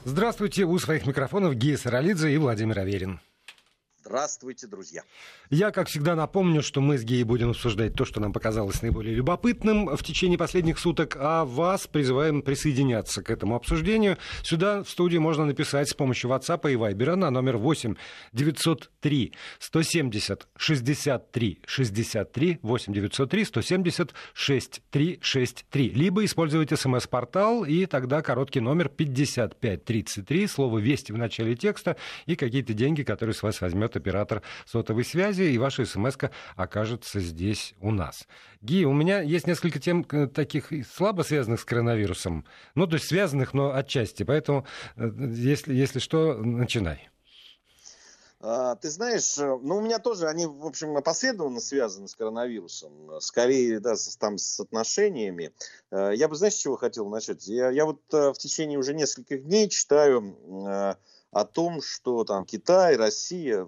Здравствуйте, у своих микрофонов Гия Саралидзе и Владимир Аверин. Здравствуйте, друзья. Я, как всегда, напомню, что мы с Геей будем обсуждать то, что нам показалось наиболее любопытным в течение последних суток, а вас призываем присоединяться к этому обсуждению. Сюда, в студию, можно написать с помощью WhatsApp и Viber на номер 8 903 170 63 63 8 903 170 63 63. Либо использовать смс-портал, и тогда короткий номер 5533, слово «Вести» в начале текста и какие-то деньги, которые с вас возьмет оператор сотовой связи, и ваша смс-ка окажется здесь у нас. Ги, у меня есть несколько тем таких слабо связанных с коронавирусом. Ну, то есть связанных, но отчасти. Поэтому, если что, начинай. Ты знаешь, ну, у меня тоже, они, в общем, опосредованно связаны с коронавирусом. Скорее, да, с отношениями. Я бы, знаешь, с чего хотел начать? Я вот в течение уже нескольких дней читаю о том, что там Китай, Россия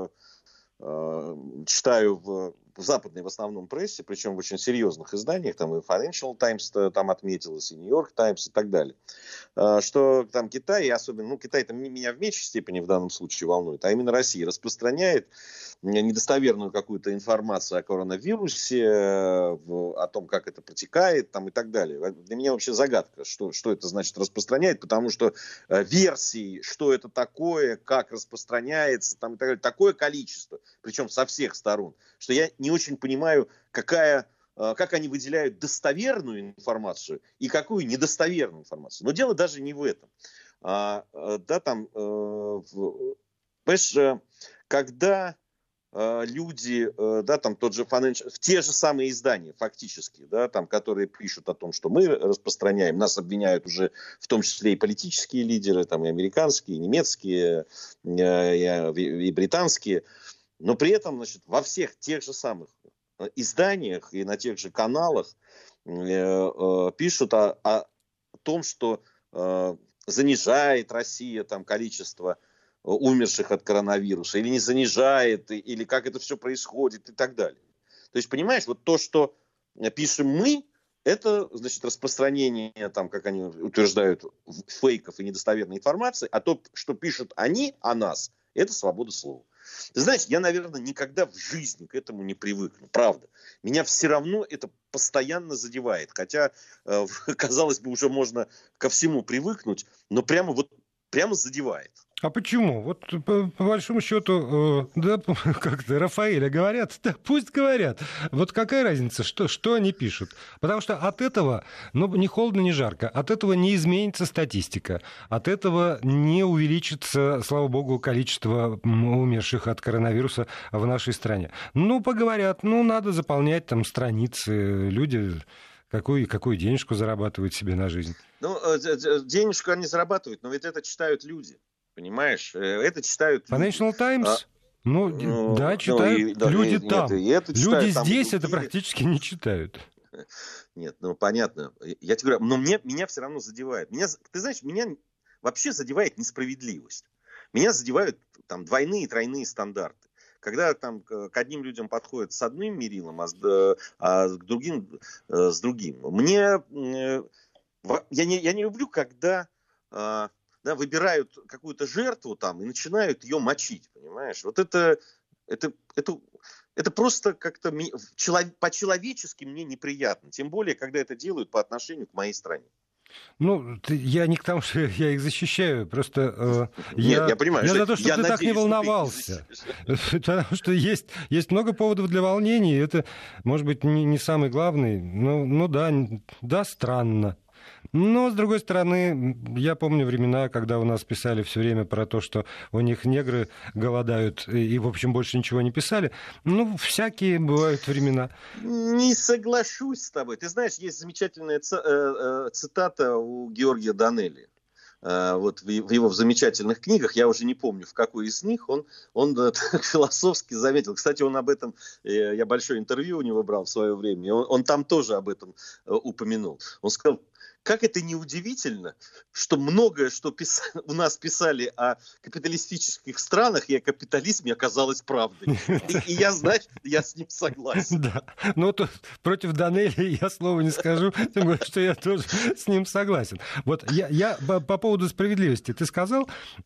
читаю в западной в основном прессе, причем в очень серьезных изданиях, там и Financial Times там отметилось, и New York Times и так далее, что там Китай, и особенно, ну, Китай там меня в меньшей степени в данном случае волнует, а именно Россия распространяет недостоверную какую-то информацию о коронавирусе, о том, как это протекает там, и так далее. Для меня вообще загадка, что это значит распространяет, потому что версий, что это такое, как распространяется, там, и так далее, такое количество, причем со всех сторон, что я не очень понимаю, как они выделяют достоверную информацию и какую недостоверную информацию. Но дело даже не в этом. Понимаешь, когда люди, да, там тот же Financial, в те же самые издания фактически, да, там, которые пишут о том, что мы распространяем, нас обвиняют уже в том числе и политические лидеры, там, и американские, и немецкие, и британские, но при этом, значит, во всех тех же самых изданиях и на тех же каналах пишут о том, что занижает Россия там количество умерших от коронавируса, или не занижает, или как это все происходит и так далее. То есть, понимаешь, вот то, что пишем мы, это, значит, распространение, там, как они утверждают, фейков и недостоверной информации, а то, что пишут они о нас, это свобода слова. Ты знаешь, я, наверное, никогда в жизни к этому не привыкну, правда. Меня все равно это постоянно задевает, хотя, казалось бы, уже можно ко всему привыкнуть, но прямо задевает. А почему? Вот по большому счету, да, как-то Рафаэля говорят, да пусть говорят. Вот какая разница, что они пишут? Потому что от этого, ну, ни холодно, ни жарко, от этого не изменится статистика, от этого не увеличится, слава богу, количество умерших от коронавируса в нашей стране. Ну, поговорят, ну, надо заполнять там страницы, люди... Какую денежку зарабатывают себе на жизнь? Ну, денежку они зарабатывают, но ведь это читают люди, понимаешь? Это читают люди. Financial Times? Да, читают люди там. Люди здесь это практически не читают. Нет, ну, понятно. Я тебе говорю, но меня все равно задевает. Ты знаешь, меня вообще задевает несправедливость. Меня задевают там двойные и тройные стандарты. Когда там к одним людям подходят с одним мерилом, а к другим с другим. Я не люблю, когда выбирают какую-то жертву там и начинают ее мочить, понимаешь? Вот это просто как-то по-человечески мне неприятно. Тем более, когда это делают по отношению к моей стране. Ну, я не к тому, что я их защищаю, просто я понимаю, я за то, чтобы ты так не волновался. Потому что есть много поводов для волнений, и это, может быть, не самый главный. Ну да, странно. Но, с другой стороны, я помню времена, когда у нас писали все время про то, что у них негры голодают, и, в общем, больше ничего не писали. Ну, всякие бывают времена. Не соглашусь с тобой. Ты знаешь, есть замечательная цитата у Георгия Данелли. Вот в его замечательных книгах, я уже не помню, в какой из них, он философски заметил. Кстати, он об этом, я большое интервью у него брал в свое время, он там тоже об этом упомянул. Он сказал: как это неудивительно, что многое, что у нас писали о капиталистических странах и о капитализме, оказалось правдой. И я, знаешь, я с ним согласен. Да, но тут против Данелия я слова не скажу, тем более, что я тоже с ним согласен. Вот я по поводу справедливости ты сказал,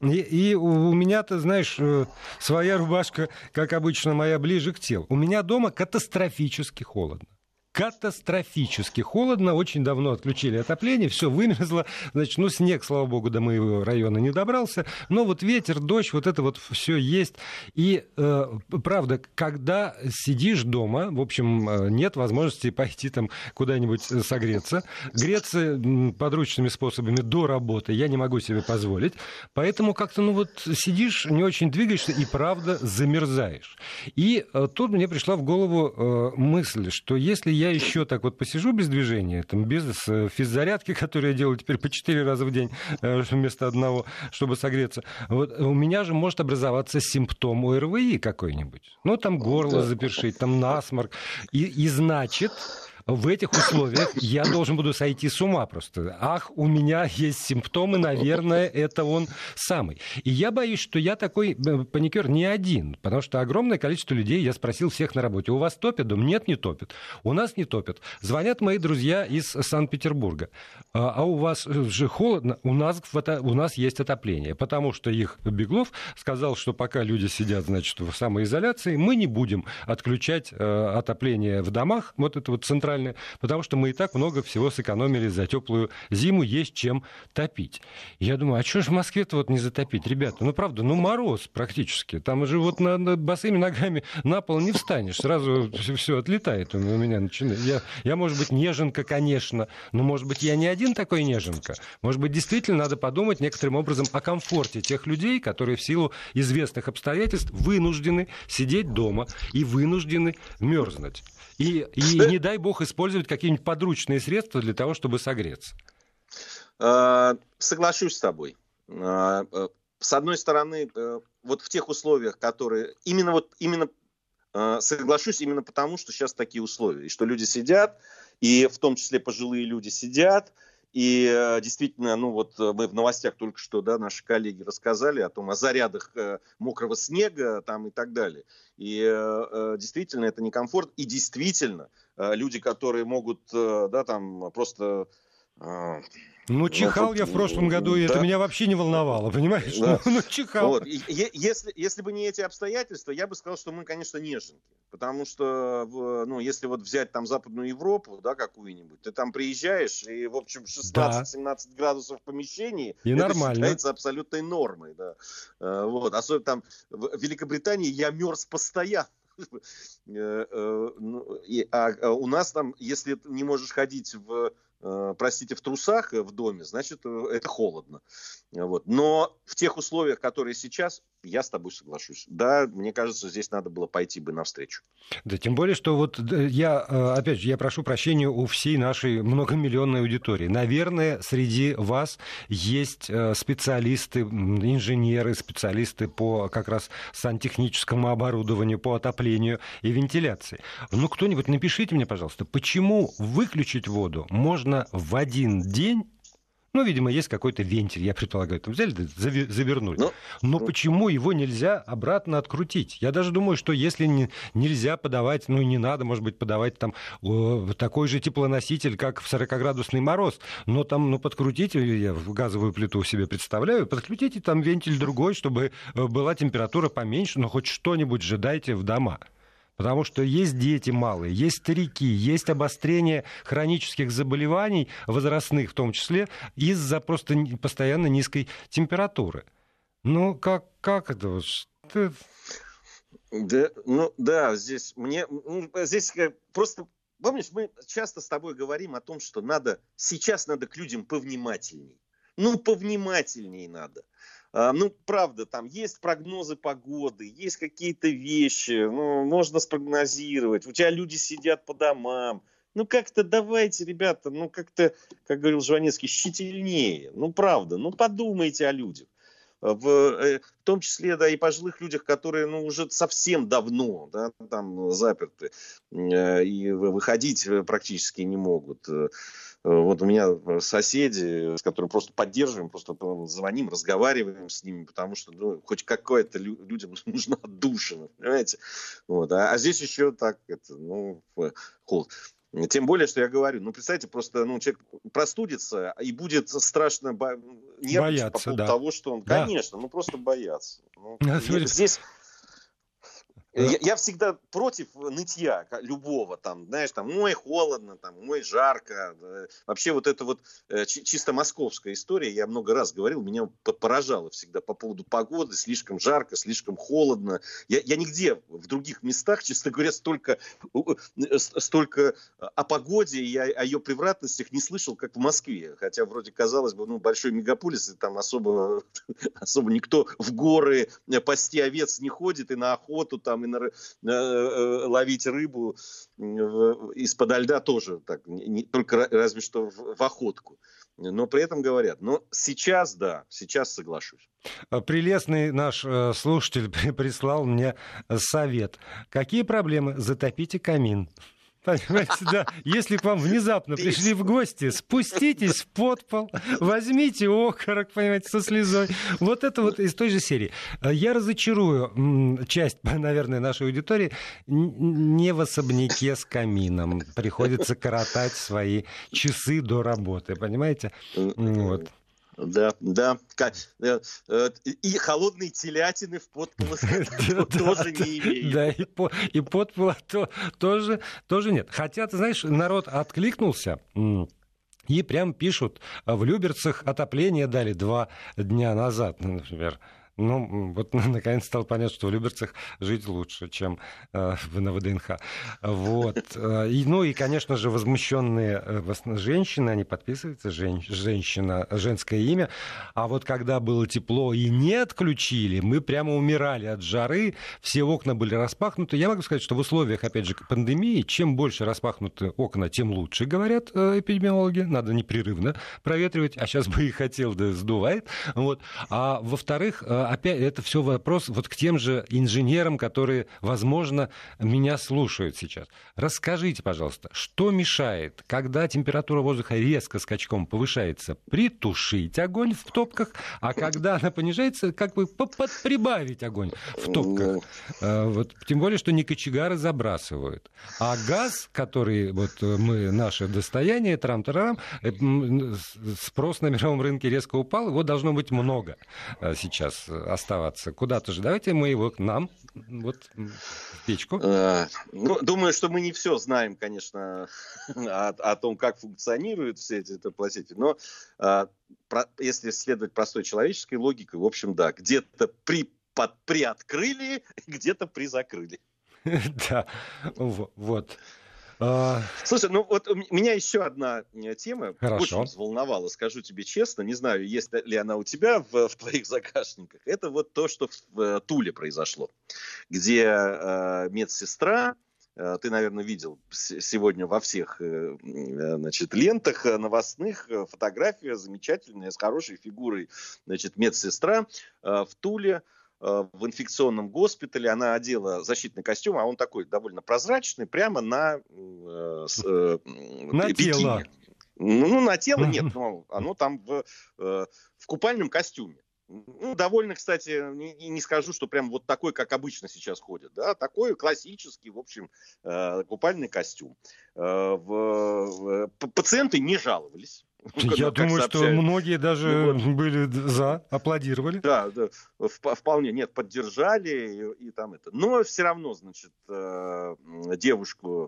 и у меня-то, знаешь, своя рубашка, как обычно, моя ближе к телу. У меня дома катастрофически холодно. Катастрофически холодно, очень давно отключили отопление, все вымерзло, значит, ну, снег, слава богу, до моего района не добрался, но вот ветер, дождь, вот это вот все есть. И, правда, когда сидишь дома, в общем, нет возможности пойти там куда-нибудь согреться, греться подручными способами до работы я не могу себе позволить, поэтому как-то, ну, вот сидишь, не очень двигаешься и, правда, замерзаешь. И тут мне пришла в голову мысль, что если я еще так вот посижу без движения, там, без физзарядки, которую я делаю теперь по 4 раза в день вместо одного, чтобы согреться, вот, у меня же может образоваться симптом ОРВИ какой-нибудь. Ну, там горло запершить, там насморк. И значит... В этих условиях я должен буду сойти с ума просто. Ах, у меня есть симптомы, наверное, это он самый. И я боюсь, что я такой паникер не один, потому что огромное количество людей, я спросил всех на работе, у вас топят дом? Нет, не топят. У нас не топят. Звонят мои друзья из Санкт-Петербурга. А у вас же холодно? У нас есть отопление, потому что их Беглов сказал, что пока люди сидят, значит, в самоизоляции, мы не будем отключать отопление в домах, вот это вот центральное, потому что мы и так много всего сэкономили за теплую зиму, есть чем топить. Я думаю, а что же в Москве-то вот не затопить? Ребята, ну правда, ну мороз практически. Там же вот на босыми ногами на пол не встанешь, сразу все отлетает у меня начинает. Я, может быть, неженка, конечно, но, может быть, я не один такой неженка. Может быть, действительно надо подумать некоторым образом о комфорте тех людей, которые в силу известных обстоятельств вынуждены сидеть дома и вынуждены мерзнуть. И не дай бог использовать какие-нибудь подручные средства для того, чтобы согреться. Соглашусь с тобой. С одной стороны, вот в тех условиях, которые... Именно соглашусь именно потому, что сейчас такие условия. И что люди сидят, и в том числе пожилые люди сидят, и действительно, ну вот мы в новостях только что, да, наши коллеги рассказали о зарядах мокрого снега там и так далее. И действительно это некомфорт. И действительно люди, которые могут, да, там просто... Ну, чихал я в прошлом году, и да, это меня вообще не волновало, понимаешь? Да. Ну, чихал. Вот. Если бы не эти обстоятельства, я бы сказал, что мы, конечно, неженки. Потому что, ну, если вот взять там Западную Европу, да, какую-нибудь, ты там приезжаешь, и, в общем, 16-17 градусов в помещении, и это нормально. считается абсолютной нормой. Да. Вот. Особенно там в Великобритании я мерз постоянно. А у нас там, если ты не можешь ходить простите, в трусах в доме, значит, это холодно. Вот. Но в тех условиях, которые сейчас, я с тобой соглашусь. Да, мне кажется, здесь надо было пойти бы навстречу. Да, тем более, что вот опять же, я прошу прощения у всей нашей многомиллионной аудитории. Наверное, среди вас есть специалисты, инженеры, специалисты по как раз сантехническому оборудованию, по отоплению и вентиляции. Ну, кто-нибудь напишите мне, пожалуйста, почему выключить воду можно в один день? Ну, видимо, есть какой-то вентиль, я предполагаю, там взяли, завернули. Но почему его нельзя обратно открутить? Я даже думаю, что если нельзя подавать, ну, не надо, может быть, подавать там такой же теплоноситель, как в 40-градусный мороз, но там, ну, подкрутите, я газовую плиту себе представляю, подкрутите там вентиль другой, чтобы была температура поменьше, но хоть что-нибудь же дайте в дома. Потому что есть дети малые, есть старики, есть обострение хронических заболеваний, возрастных в том числе, из-за просто постоянно низкой температуры. Ну, как это вот? Да, ну, да, здесь просто... Помнишь, мы часто с тобой говорим о том, что сейчас надо к людям повнимательней. Ну, повнимательней надо. Ну, правда, там есть прогнозы погоды, есть какие-то вещи, ну, можно спрогнозировать. У тебя люди сидят по домам. Ну, как-то давайте, ребята, ну, как-то, как говорил Жванецкий, щительнее. Ну, правда, ну, подумайте о людях. В том числе, да, и пожилых людях, которые, ну, уже совсем давно, да, там заперты и выходить практически не могут. Вот у меня соседи, с которыми просто поддерживаем, просто звоним, разговариваем с ними, потому что хоть какое-то людям нужна отдушина, понимаете? Вот. А здесь еще так, холод. Тем более, что я говорю, представьте, просто человек простудится и будет страшно нервничать по поводу того, что он, конечно, просто бояться. Здесь... Я всегда против нытья любого, ой, холодно, ой, жарко. Вообще вот это вот чисто московская история, я много раз говорил, меня поражало всегда по поводу погоды, слишком жарко, слишком холодно. Я нигде в других местах, честно говоря, столько о погоде и о ее превратностях не слышал, как в Москве. Хотя вроде казалось бы, большой мегаполис, и там особо никто в горы пасти овец не ходит, и на охоту там, и ловить рыбу из-подо льда тоже так, только разве что в охотку. Но при этом говорят, сейчас соглашусь. Прелестный наш слушатель прислал мне совет. Какие проблемы? Затопите камин. Понимаете, да. Если к вам внезапно пришли в гости, спуститесь в подпол, возьмите окорок, понимаете, со слезой. Вот это вот из той же серии. Я разочарую часть, наверное, нашей аудитории. Не в особняке с камином. Приходится коротать свои часы до работы, понимаете? Вот. Да. И холодные телятины в подполах тоже не имеют. Да, и подпола тоже нет. Хотя, ты знаешь, народ откликнулся. И прям пишут, в Люберцах отопление дали 2 дня назад, например. Вот наконец стало понятно, что в Люберцах жить лучше, чем на ВДНХ. Вот. И, конечно же, возмущенные женщины, они подписываются, женское имя. А вот когда было тепло и не отключили, мы прямо умирали от жары, все окна были распахнуты. Я могу сказать, что в условиях, опять же, пандемии, чем больше распахнуты окна, тем лучше, говорят эпидемиологи. Надо непрерывно проветривать, а сейчас бы и хотел, да сдувает. Вот. А во-вторых, опять это все вопрос вот к тем же инженерам, которые, возможно, меня слушают сейчас. Расскажите, пожалуйста, что мешает, когда температура воздуха резко скачком повышается, притушить огонь в топках, а когда она понижается, как бы прибавить огонь в топках? Вот, тем более, что не кочегары забрасывают. А газ, который наше достояние, трам-тарарам, спрос на мировом рынке резко упал, его должно быть много сейчас оставаться. Куда-то же. Давайте мы его к нам, в печку. Думаю, что мы не все знаем, конечно, о том, как функционируют все эти теплосети, но если следовать простой человеческой логике, в общем, да, где-то приоткрыли, где-то призакрыли. Да, вот. Слушай, у меня еще одна тема. Хорошо. Очень взволновала, скажу тебе честно. Не знаю, есть ли она у тебя в твоих загашниках. Это вот то, что в Туле произошло, где медсестра, ты, наверное, видел сегодня во всех лентах новостных фотография замечательная, с хорошей фигурой, медсестра в Туле, в инфекционном госпитале. Она одела защитный костюм, а он такой довольно прозрачный, прямо на бикини. Тело. На тело нет, но оно там в купальном костюме. Довольно, кстати, не скажу, что прям вот такой, как обычно сейчас ходят. Да? Такой классический, в общем, купальный костюм. Пациенты не жаловались. Я думаю, что многие даже были за, аплодировали. Да, вполне, нет, поддержали и там это. Но все равно, девушку,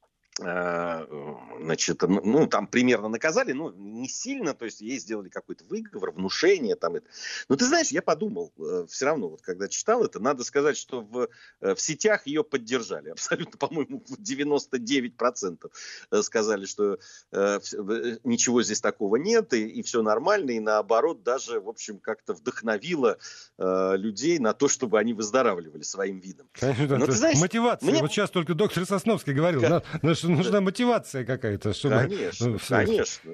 там примерно наказали, не сильно, то есть ей сделали какой-то выговор, внушение там это. Но ты знаешь, я подумал, все равно, когда читал это, надо сказать, что в сетях ее поддержали. Абсолютно, по-моему, 99% сказали, что ничего здесь такого нет, и все нормально, и наоборот, даже, в общем, как-то вдохновило людей на то, чтобы они выздоравливали своим видом. Но, ты знаешь, мотивация. Вот сейчас только доктор Сосновский говорил, нужна мотивация какая-то. Чтобы... Конечно.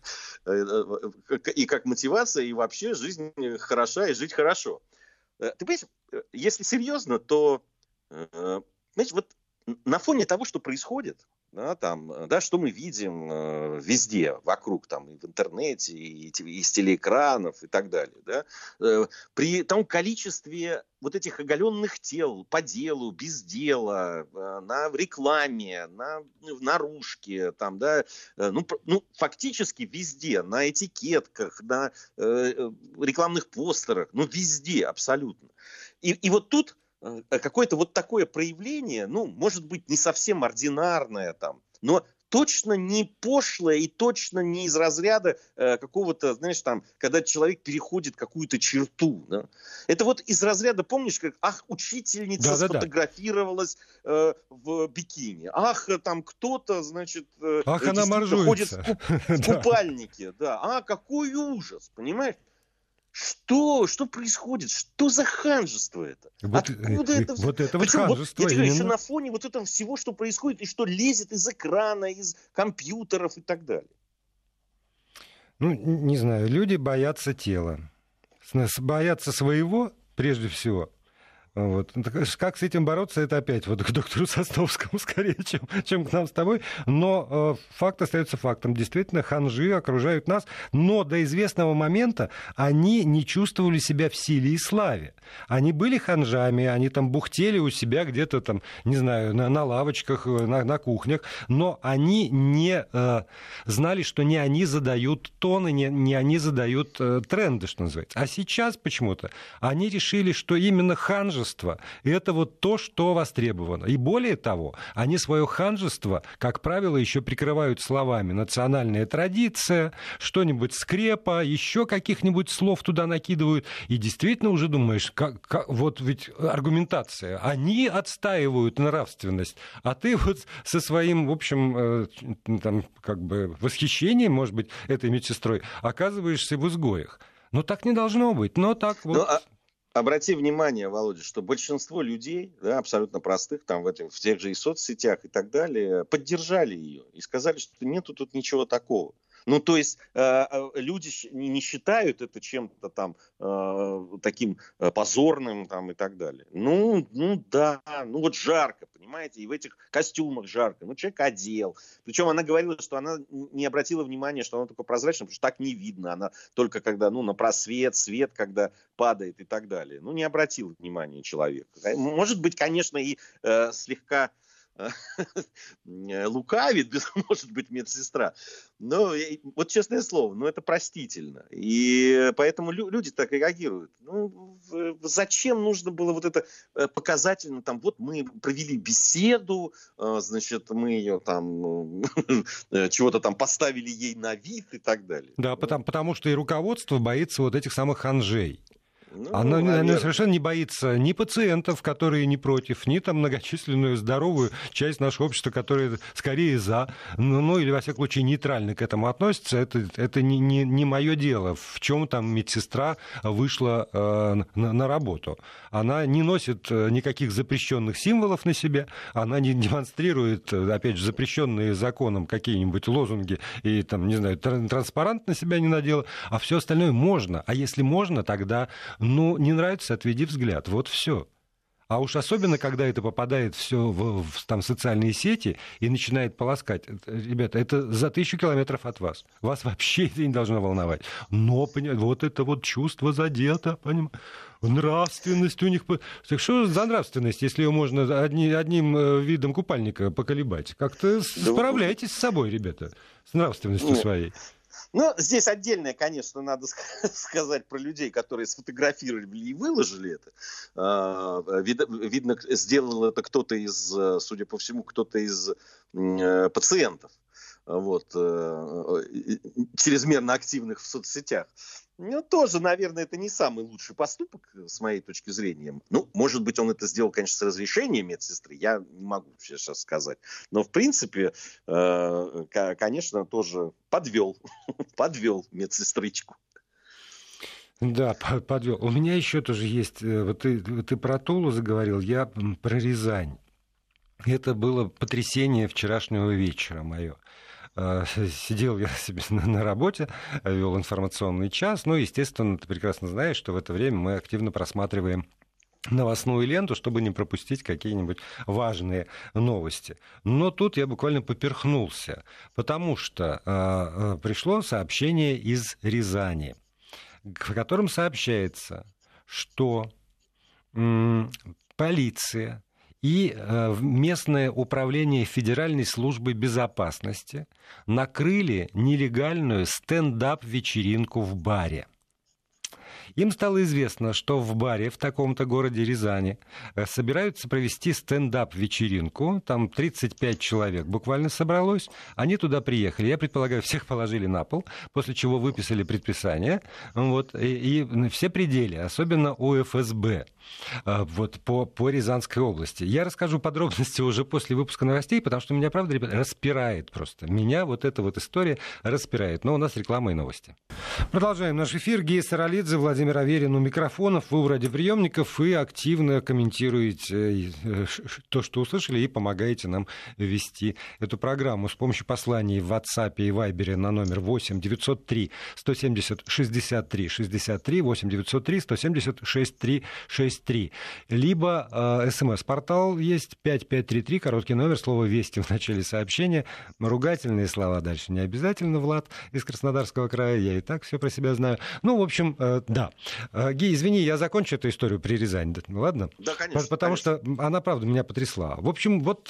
И как мотивация, и вообще жизнь хороша, и жить хорошо. Ты понимаешь, если серьезно, то, знаешь, вот на фоне того, что происходит, да, там, да, что мы видим везде, вокруг, там, и в интернете, и из телеэкранов, и так далее, да, при том количестве вот этих оголенных тел по делу, без дела, на рекламе, на наружке, там, да, ну, фактически везде, на этикетках, на рекламных постерах, ну, везде абсолютно. И вот тут какое-то вот такое проявление, ну, может быть, не совсем ординарное там, но точно не пошлое и точно не из разряда какого-то, знаешь, там, когда человек переходит какую-то черту. Да? Это вот из разряда, помнишь, как, учительница сфотографировалась в бикини. Там кто-то, значит, она ходит в купальнике. Да. Какой ужас, понимаешь? Что происходит? Что за ханжество это? Откуда это? Вот это вот Причем, ханжество. Я тебе говорю, еще на фоне вот этого всего, что происходит, и что лезет из экрана, из компьютеров и так далее. Ну, не знаю, люди боятся тела. Боятся своего, прежде всего. Вот. Как с этим бороться, это опять вот к доктору Сосновскому скорее, чем к нам с тобой. Но факт остается фактом. Действительно, ханжи окружают нас, но до известного момента они не чувствовали себя в силе и славе. Они были ханжами, они там бухтели у себя где-то там, не знаю, на лавочках, на кухнях, но они не знали, что не они задают тон, и не они задают тренды, что называется. А сейчас почему-то они решили, что именно ханжество — это вот то, что востребовано. И более того, они свое ханжество, как правило, еще прикрывают словами «национальная традиция», что-нибудь «скрепа», еще каких-нибудь слов туда накидывают. И действительно уже думаешь, вот ведь аргументация. Они отстаивают нравственность, а ты вот со своим, в общем, там, как бы восхищением, может быть, этой медсестрой оказываешься в изгоях. Но так не должно быть. Но так вот... Обрати внимание, Володя, что большинство людей, да, абсолютно простых, там в тех же и соцсетях и так далее, поддержали ее и сказали, что нету тут ничего такого. Ну, то есть люди не считают это чем-то там таким позорным там, и так далее. Ну да, вот жарко, понимаете, и в этих костюмах жарко. Ну, человек одел. Причем она говорила, что она не обратила внимания, что она только прозрачная, потому что так не видно. Она только когда, на просвет, свет, когда падает и так далее. Ну, не обратил внимания человек. Может быть, конечно, и слегка лукавит, может быть, медсестра. Но вот честное слово, это простительно. И поэтому люди так реагируют. Зачем нужно было вот это показательно, там, вот мы провели беседу, значит, мы ее там, чего-то там поставили ей на вид и так далее. Да, потому что и руководство боится вот этих самых ханжей. Она совершенно не боится ни пациентов, которые не против, ни там многочисленную здоровую часть нашего общества, которая скорее за, или, во всяком случае, нейтрально к этому относится. Это не мое дело, в чем там медсестра вышла на работу. Она не носит никаких запрещенных символов на себе, она не демонстрирует, опять же, запрещенные законом какие-нибудь лозунги и, там, не знаю, транспарант на себя не надела, а все остальное можно. А если можно, тогда... не нравится, отведи взгляд. Вот все. А уж особенно, когда это попадает все в социальные сети и начинает полоскать. Ребята, это за 1000 километров от вас. Вас вообще это не должно волновать. Но, вот это вот чувство задето, понимаете? Нравственность у них. Так что за нравственность, если ее можно одним видом купальника поколебать? Как-то справляйтесь с собой, ребята, с нравственностью своей. Здесь отдельное, конечно, надо сказать про людей, которые сфотографировали и выложили это. Видно, сделал это кто-то судя по всему, кто-то из пациентов, чрезмерно активных в соцсетях. Тоже, наверное, это не самый лучший поступок, с моей точки зрения. Может быть, он это сделал, конечно, с разрешения медсестры, я не могу сейчас сказать. Но, в принципе, конечно, тоже подвел медсестричку. Да, подвел. У меня еще тоже есть... Вот ты про Тулу заговорил, я про Рязань. Это было потрясение вчерашнего вечера мое. Сидел я себе на работе, вел информационный час. Естественно, ты прекрасно знаешь, что в это время мы активно просматриваем новостную ленту, чтобы не пропустить какие-нибудь важные новости. Но тут я буквально поперхнулся, потому что пришло сообщение из Рязани, в котором сообщается, что полиция и местное управление Федеральной службы безопасности накрыли нелегальную стендап-вечеринку в баре. Им стало известно, что в баре в таком-то городе Рязани собираются провести стендап-вечеринку. Там 35 человек буквально собралось. Они туда приехали. Я предполагаю, всех положили на пол, после чего выписали предписание. Вот, и все пределы, особенно у ФСБ вот, по Рязанской области. Я расскажу подробности уже после выпуска новостей, потому что меня, правда, ребята, распирает просто. Меня вот эта вот история распирает. Но у нас реклама и новости. Продолжаем наш эфир. Гея Саралидзе, Владимир Аверин у микрофонов, вы у радиоприемников и активно комментируете то, что услышали, и помогаете нам вести эту программу с помощью посланий в WhatsApp и Viber на номер 8 903 170 63 63 8 903 170 63 63. Либо СМС-портал есть 5533, короткий номер, слово «Вести» в начале сообщения. Ругательные слова дальше не обязательно, Влад из Краснодарского края, я и так все про себя знаю. Ну, в общем, да. Гей, извини, я закончу эту историю при Рязани, ладно? Да, конечно. Потому что она, правда, меня потрясла. В общем, вот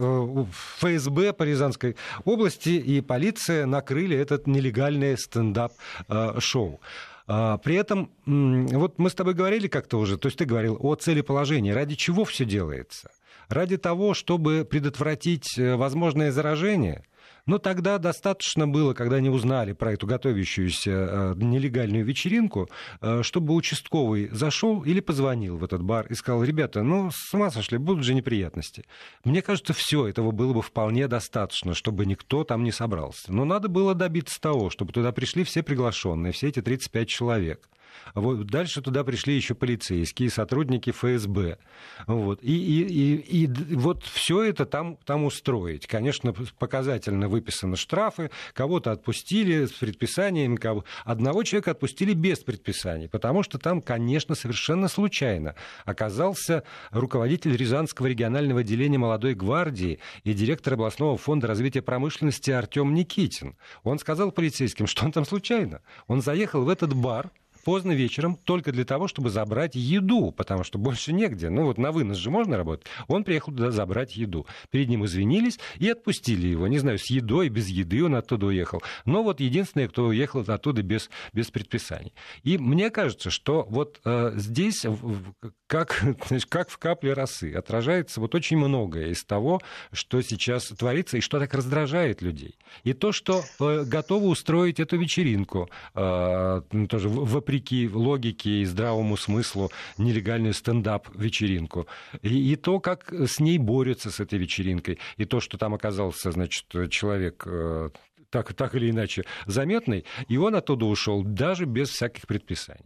ФСБ по Рязанской области и полиция накрыли этот нелегальный стендап-шоу. При этом, вот мы с тобой говорили как-то уже, то есть ты говорил о целеположении. Ради чего все делается? Ради того, чтобы предотвратить возможное заражение? Но тогда достаточно было, когда они узнали про эту готовящуюся нелегальную вечеринку, чтобы участковый зашел или позвонил в этот бар и сказал: ребята, ну, с ума сошли, будут же неприятности. Мне кажется, все этого было бы вполне достаточно, чтобы никто там не собрался. Но надо было добиться того, чтобы туда пришли все приглашенные, все эти 35 человек. Вот. Дальше туда пришли еще полицейские, сотрудники ФСБ. Вот. И вот все это там устроить. Конечно, показательно выписаны штрафы, кого-то отпустили с предписанием, одного человека отпустили без предписаний, потому что там, конечно, совершенно случайно оказался руководитель Рязанского регионального отделения молодой гвардии и директор областного фонда развития промышленности Артем Никитин. Он сказал полицейским, что он там случайно. Он заехал в этот бар поздно вечером только для того, чтобы забрать еду, потому что больше негде. Ну вот на вынос же можно работать. Он приехал туда забрать еду. Перед ним извинились и отпустили его. Не знаю, с едой, без еды он оттуда уехал. Но вот единственный, кто уехал оттуда без предписаний. И мне кажется, что вот здесь, как в капле росы, отражается вот очень многое из того, что сейчас творится и что так раздражает людей. И то, что готовы устроить эту вечеринку, тоже вопреки логике и здравому смыслу, нелегальную стендап-вечеринку. И то, как с ней борются, с этой вечеринкой. И то, что там оказался, значит, человек так или иначе заметный, и он оттуда ушел даже без всяких предписаний.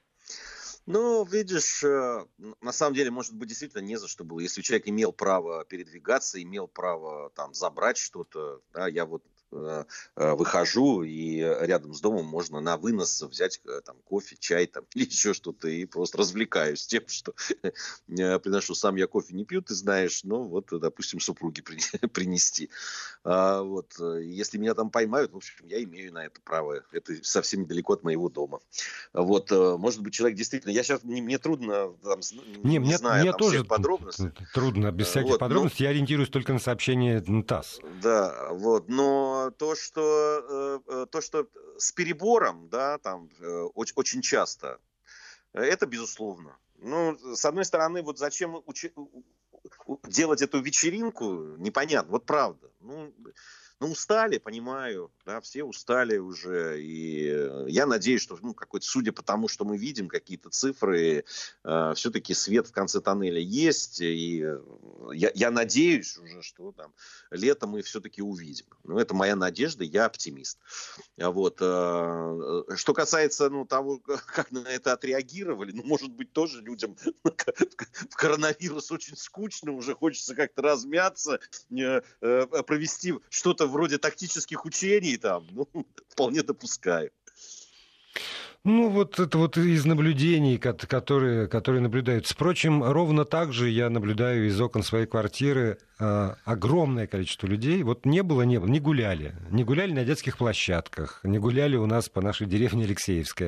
Ну, видишь, на самом деле, может быть, действительно не за что было. Если человек имел право передвигаться, имел право там забрать что-то, да, я вот выхожу, и рядом с домом можно на вынос взять там кофе, чай там, или еще что-то, и просто развлекаюсь тем, что приношу. Сам я кофе не пью, ты знаешь, но вот, допустим, супруге принести. Вот. Если меня там поймают, в общем, я имею на это право. Это совсем недалеко от моего дома. Вот. Может быть, человек действительно... Я сейчас... Мне трудно, там, не знаю там, тоже всех подробностей. Трудно, без всяких вот, подробностей. Я ориентируюсь только на сообщение ТАСС. Да, вот. Но то, что с перебором, да, там очень часто, это безусловно. Ну, с одной стороны, вот зачем делать эту вечеринку, непонятно, вот правда. Ну, устали, понимаю, да, все устали уже, и я надеюсь, что, какой-то, судя по тому, что мы видим, какие-то цифры, все-таки свет в конце тоннеля есть, и я надеюсь уже, что там летом мы все-таки увидим. Ну, это моя надежда, я оптимист. Вот. Что касается, того, как на это отреагировали, может быть, тоже людям в коронавирус очень скучно, уже хочется как-то размяться, провести что-то вроде тактических учений там, вполне допускаю. Ну, вот это вот из наблюдений, которые наблюдаются. Впрочем, ровно так же я наблюдаю из окон своей квартиры огромное количество людей. Вот не гуляли. Не гуляли на детских площадках, не гуляли у нас по нашей деревне Алексеевская.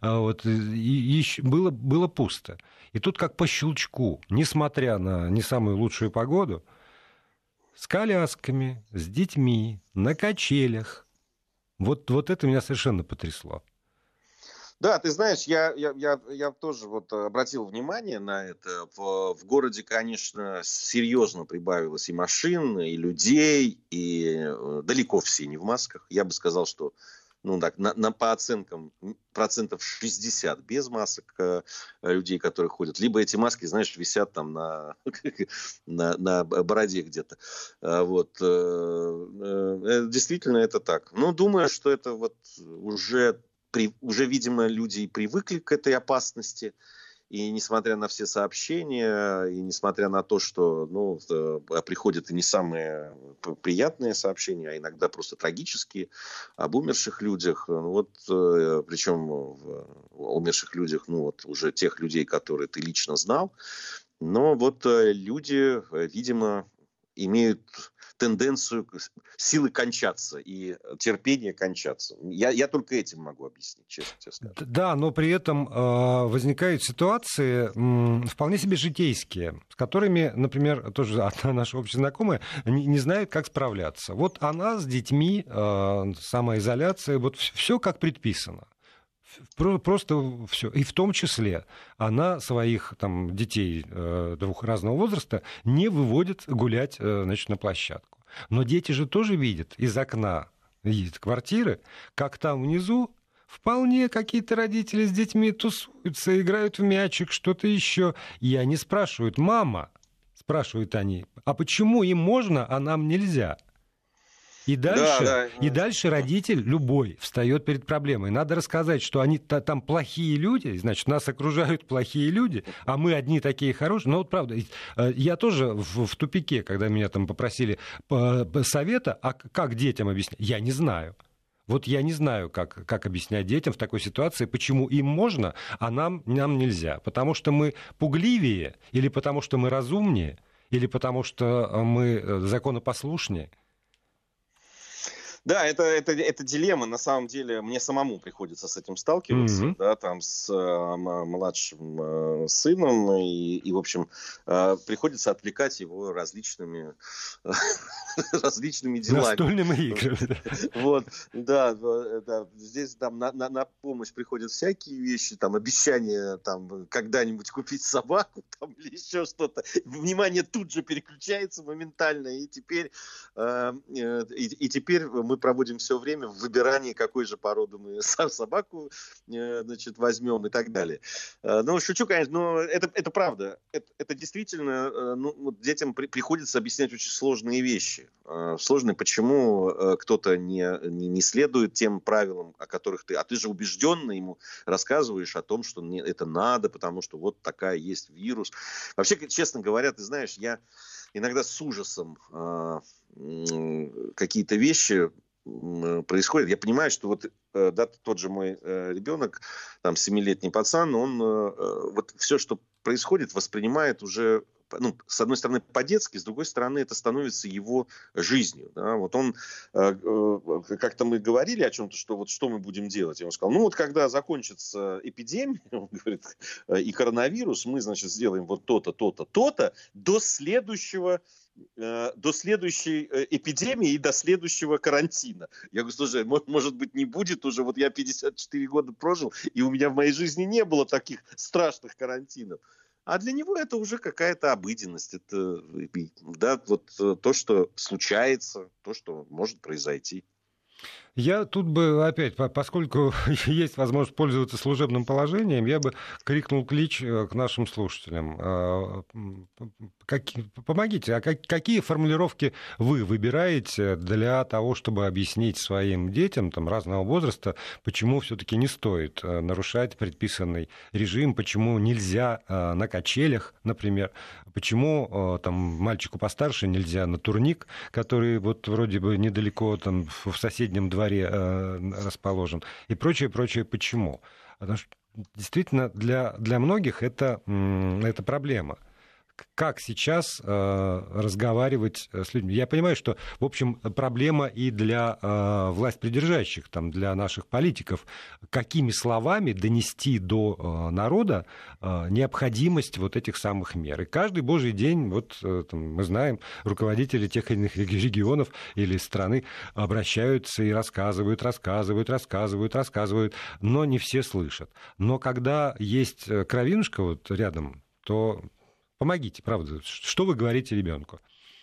Было пусто. И тут как по щелчку, несмотря на не самую лучшую погоду, с колясками, с детьми, на качелях. Вот это меня совершенно потрясло. Да, ты знаешь, я тоже вот обратил внимание на это. В городе, конечно, серьезно прибавилось и машин, и людей, и далеко все не в масках. Я бы сказал, что по оценкам 60% без масок людей, которые ходят. Либо эти маски, знаешь, висят там на бороде где-то. Действительно, это так. Но думаю, что это вот уже, видимо, люди привыкли к этой опасности. И несмотря на все сообщения, и несмотря на то, что приходят и не самые приятные сообщения, а иногда просто трагические, об умерших людях, причем в умерших людях, уже тех людей, которые ты лично знал, но люди, видимо, имеют тенденцию силы кончаться и терпение кончаться. Я только этим могу объяснить, честно тебе скажу. Да, но при этом возникают ситуации вполне себе житейские, с которыми, например, тоже одна наша общая знакомая не знает, как справляться. Вот она с детьми, самоизоляция, вот все как предписано. Просто все. И в том числе она своих детей двух разного возраста не выводит гулять, на площадку. Но дети же тоже видят из окна квартиры, как там внизу вполне какие-то родители с детьми тусуются, играют в мячик, что-то еще. И они спрашивают: мама, спрашивают они, а почему им можно, а нам нельзя? И дальше родитель любой встает перед проблемой. Надо рассказать, что они там плохие люди, значит, нас окружают плохие люди, а мы одни такие хорошие. Но правда, я тоже в тупике, когда меня там попросили совета, а как детям объяснять? Я не знаю. Вот я не знаю, как объяснять детям в такой ситуации, почему им можно, а нам нельзя. Потому что мы пугливее, или потому что мы разумнее, или потому что мы законопослушнее. Да, это дилемма. На самом деле, мне самому приходится с этим сталкиваться, с младшим сыном, и, в общем, приходится отвлекать его различными делами. Настольными играми. Здесь на помощь приходят всякие вещи, обещания, когда-нибудь купить собаку, или еще что-то. Внимание тут же переключается моментально, и теперь мы проводим все время в выбирании, какой же породы мы собаку возьмем и так далее. Шучу, конечно, но это правда. Это действительно, детям приходится объяснять очень сложные вещи. Сложные, почему кто-то не следует тем правилам, о которых ты же убежденно ему рассказываешь о том, что это надо, потому что вот такая есть вирус. Вообще, честно говоря, ты знаешь, я иногда с ужасом какие-то вещи происходят. Я понимаю, что тот же мой ребенок, 7-летний пацан, он все, что происходит, воспринимает уже, с одной стороны, по-детски, с другой стороны, это становится его жизнью. Да? Он, как-то мы говорили о чем-то, что мы будем делать. Я ему сказал, когда закончится эпидемия, он говорит, и коронавирус, мы, сделаем вот то-то, то-то, то-то до следующей эпидемии и до следующего карантина. Я говорю, слушай, может быть, не будет уже, я 54 года прожил, и у меня в моей жизни не было таких страшных карантинов. А для него это уже какая-то обыденность. Это то, что случается, то, что может произойти. Я тут бы опять, поскольку есть возможность пользоваться служебным положением, я бы крикнул клич к нашим слушателям. Помогите, а какие формулировки вы выбираете для того, чтобы объяснить своим детям разного возраста, почему все-таки не стоит нарушать предписанный режим, почему нельзя на качелях, например, почему мальчику постарше нельзя на турник, который вроде бы недалеко в соседнем дворе расположен, и прочее, почему. Потому что действительно для многих это проблема. Как сейчас разговаривать с людьми? Я понимаю, что, в общем, проблема и для властьпридержащих, там, для наших политиков, какими словами донести до народа необходимость вот этих самых мер. И каждый божий день, вот там, мы знаем, руководители тех или иных регионов или страны обращаются и рассказывают, но не все слышат. Но когда есть кровинушка вот рядом, то помогите, правда. Что вы говорите ребенку?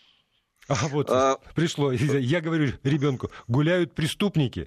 Пришло. Я говорю ребенку, гуляют преступники.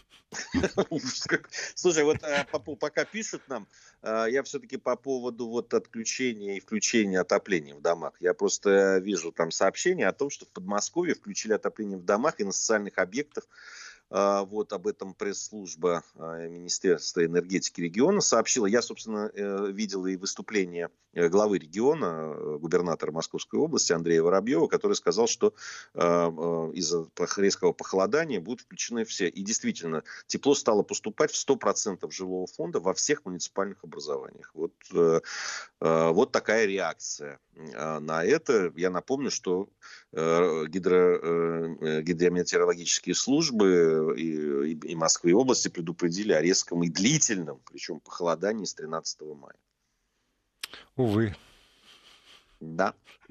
Слушай, вот пока пишут нам, я все-таки по поводу вот отключения и включения отопления в домах. Я просто вижу там сообщение о том, что в Подмосковье включили отопление в домах и на социальных объектах. Вот об этом пресс-служба Министерства энергетики региона сообщила. Я, собственно, видел и выступление главы региона, губернатора Московской области Андрея Воробьева, который сказал, что из-за резкого похолодания будут включены все. И действительно, тепло стало поступать в 100% жилого фонда во всех муниципальных образованиях. Вот такая реакция на это. Я напомню, что гидрометеорологические службы и Москвы и области предупредили о резком и длительном, причем похолодании с 13 мая. Увы. Да.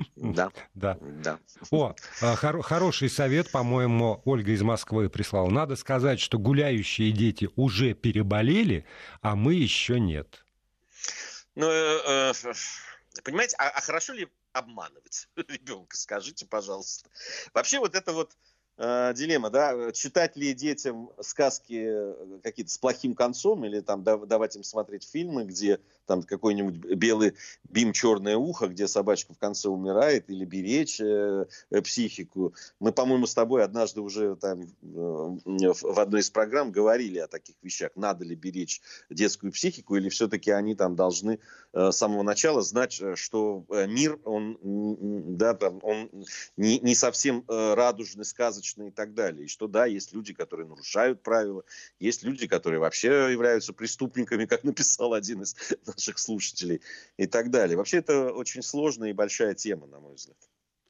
Хороший совет, по-моему, Ольга из Москвы прислала. Надо сказать, что гуляющие дети уже переболели, а мы еще нет. Понимаете, а хорошо ли обманывать ребенка, скажите, пожалуйста. Вообще вот это вот дилемма, да, читать ли детям сказки какие-то с плохим концом или там давать им смотреть фильмы, где там какой-нибудь белый бим черное ухо, где собачка в конце умирает, или беречь психику. Мы, по-моему, с тобой однажды уже там в одной из программ говорили о таких вещах. Надо ли беречь детскую психику, или все-таки они там должны с самого начала знать, что мир, он не совсем радужный, сказочный и так далее. И что да, есть люди, которые нарушают правила, есть люди, которые вообще являются преступниками, как написал один из наших слушателей и так далее. Вообще это очень сложная и большая тема, на мой взгляд.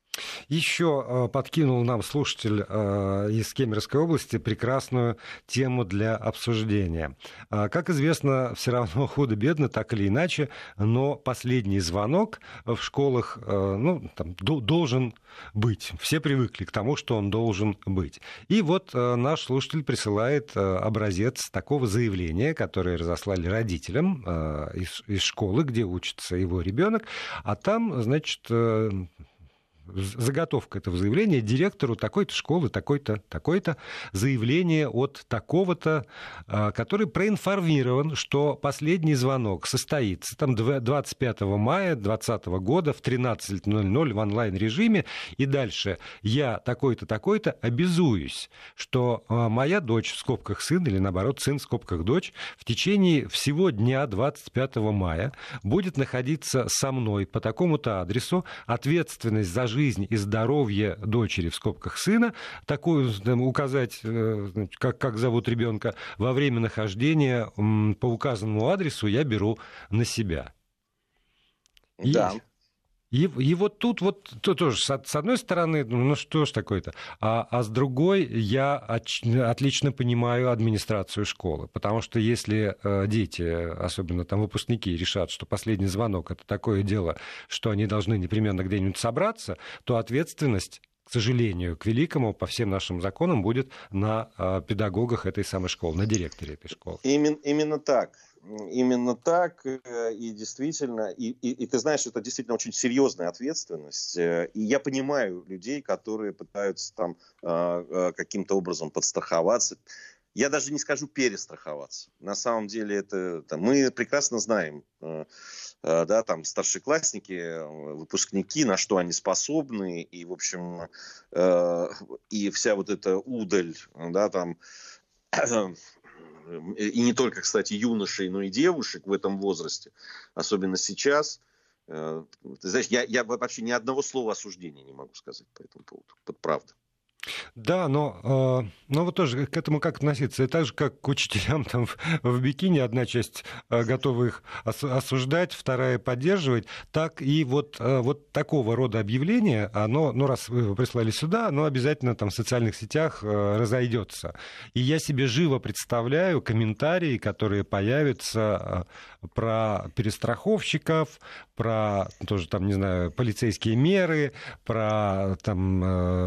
Еще подкинул нам слушатель из Кемеровской области прекрасную тему для обсуждения. Как известно, все равно худо-бедно, так или иначе, но последний звонок в школах должен быть. Все привыкли к тому, что он должен быть. И вот наш слушатель присылает образец такого заявления, которое разослали родителям из школы, где учится его ребенок, а там, значит, заготовка этого заявления: директору такой-то школы, такой-то, такой-то, заявление от такого-то, который проинформирован, что последний звонок состоится там 25 мая 2020 года в 13:00 в онлайн-режиме, и дальше я такой-то, такой-то обязуюсь, что моя дочь, в скобках сын, или наоборот, сын, в скобках дочь, в течение всего дня 25 мая будет находиться со мной по такому-то адресу, ответственность за жизнь и здоровье дочери, в скобках сына, такую указать, как зовут ребенка, во время нахождения по указанному адресу я беру на себя. Да. И вот тут вот тоже, с одной стороны, ну что ж такое-то, а с другой я отлично понимаю администрацию школы, потому что если дети, особенно там выпускники, решат, что последний звонок — это такое дело, что они должны непременно где-нибудь собраться, то ответственность, к сожалению, к великому, по всем нашим законам, будет на педагогах этой самой школы, на директоре этой школы. Именно так. Именно так, и действительно, и ты знаешь, это действительно очень серьезная ответственность, и я понимаю людей, которые пытаются там каким-то образом подстраховаться. Я даже не скажу перестраховаться. На самом деле мы прекрасно знаем, да, там старшеклассники, выпускники, на что они способны, и, в общем, и вся вот эта удаль, да, там, и не только, кстати, юношей, но и девушек в этом возрасте, особенно сейчас. Ты знаешь, я вообще ни одного слова осуждения не могу сказать по этому поводу. Это правда. Да, но вот тоже к этому как относиться? И так же, как к учителям там в бикини, одна часть готова их осуждать, вторая поддерживать, так и вот такого рода объявление, оно, ну, раз вы его прислали сюда, оно обязательно там в социальных сетях разойдется. И я себе живо представляю комментарии, которые появятся про перестраховщиков, про тоже там, не знаю, полицейские меры, про там,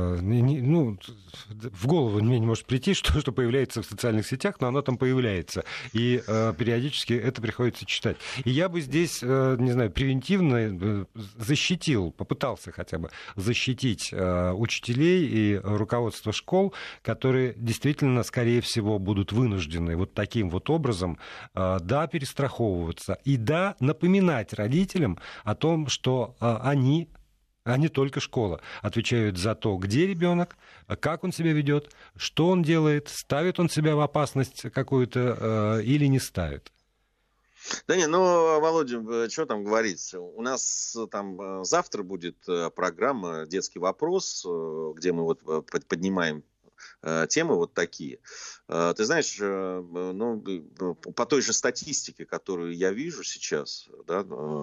ну, в голову мне не может прийти, что появляется в социальных сетях, но оно там появляется. И периодически это приходится читать. И я бы здесь, не знаю, превентивно защитил, попытался хотя бы защитить учителей и руководство школ, которые действительно, скорее всего, будут вынуждены вот таким вот образом, да, перестраховываться, и да, напоминать родителям о том, что они, а не только школа, отвечают за то, где ребенок, как он себя ведет, что он делает, ставит он себя в опасность какую-то или не ставит. Да не, ну, Володя, что там говорить? У нас там завтра будет программа «Детский вопрос», где мы вот поднимаем темы вот такие. Ты знаешь, ну, по той же статистике, которую я вижу сейчас, да,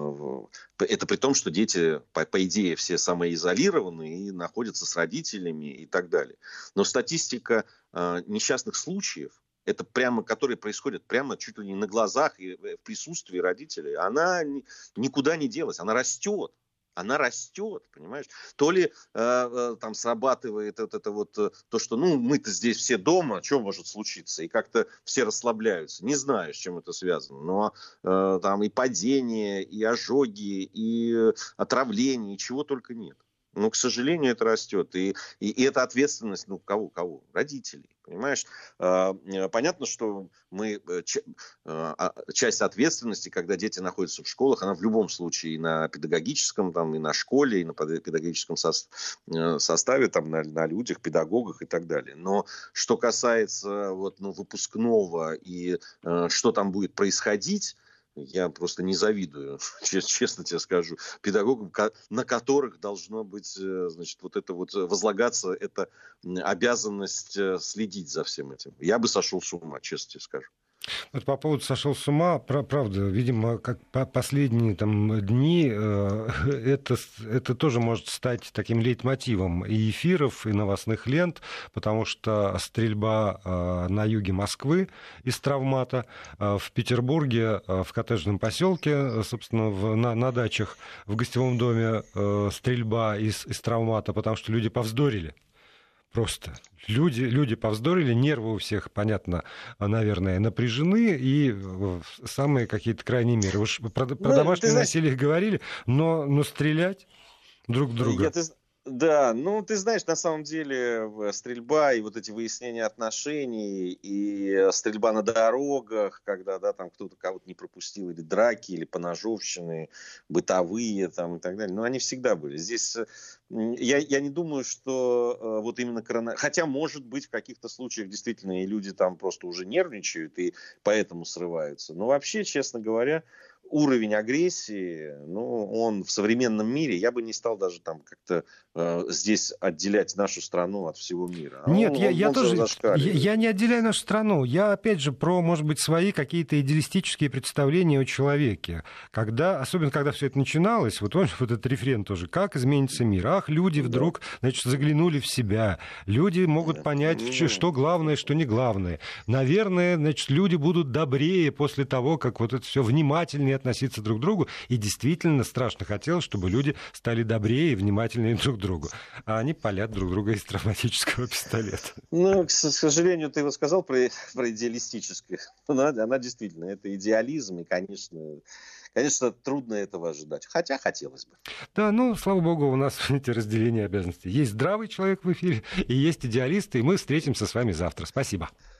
это при том, что дети, по идее, все самоизолированы и находятся с родителями и так далее. Но статистика несчастных случаев, это прямо, которые происходят прямо чуть ли не на глазах и в присутствии родителей, она никуда не делась, она растет. Она растет, понимаешь? То ли там срабатывает это вот то, что, ну, мы-то здесь все дома, что может случиться? И как-то все расслабляются. Не знаю, с чем это связано. Но там и падение, и ожоги, и отравление, и чего только нет. Но, к сожалению, это растет. И это ответственность, ну, кого? Родителей. Понимаешь? Понятно, что мы часть ответственности, когда дети находятся в школах, она в любом случае и на педагогическом, там, и на школе, и на педагогическом составе, там, на людях, педагогах и так далее. Но что касается вот, ну, выпускного и что там будет происходить, я просто не завидую, честно тебе скажу, педагогам, на которых должно быть, значит, вот это вот возлагаться, эта обязанность следить за всем этим. Я бы сошел с ума, честно тебе скажу. Вот по поводу «сошел с ума», правда, видимо, как последние там дни, это тоже может стать таким лейтмотивом и эфиров, и новостных лент, потому что стрельба на юге Москвы из травмата, в Петербурге, в коттеджном поселке, собственно, на дачах, в гостевом доме стрельба из травмата, потому что люди повздорили. Просто люди повздорили, нервы у всех, понятно, наверное, напряжены, и самые какие-то крайние меры. Уж про домашнее насилие говорили, но стрелять друг в друга... Да, ну, ты знаешь, на самом деле стрельба и вот эти выяснения отношений, и стрельба на дорогах, когда, да, там кто-то кого-то не пропустил, или драки, или поножовщины, бытовые там и так далее, но они всегда были. Здесь я не думаю, что вот именно хотя, может быть, в каких-то случаях действительно и люди там просто уже нервничают и поэтому срываются. Но вообще, честно говоря, уровень агрессии, ну, он в современном мире, я бы не стал даже там как-то здесь отделять нашу страну от всего мира. Нет, я тоже, я не отделяю нашу страну. Я, опять же, про, может быть, свои какие-то идеалистические представления о человеке. Особенно, когда все это начиналось, вот этот рефрен тоже, как изменится мир. Ах, люди вдруг, значит, заглянули в себя. Люди могут понять, что главное, что не главное. Наверное, значит, люди будут добрее после того, как вот это все внимательнее относиться друг к другу. И действительно страшно хотелось, чтобы люди стали добрее и внимательнее друг к другу. А они палят друг друга из травматического пистолета. Ну, к сожалению, ты вот сказал про идеалистическое. Она действительно, это идеализм, и, конечно, трудно этого ожидать. Хотя хотелось бы. Да, ну, слава богу, у нас эти разделения обязанностей. Есть здравый человек в эфире, и есть идеалисты, и мы встретимся с вами завтра. Спасибо.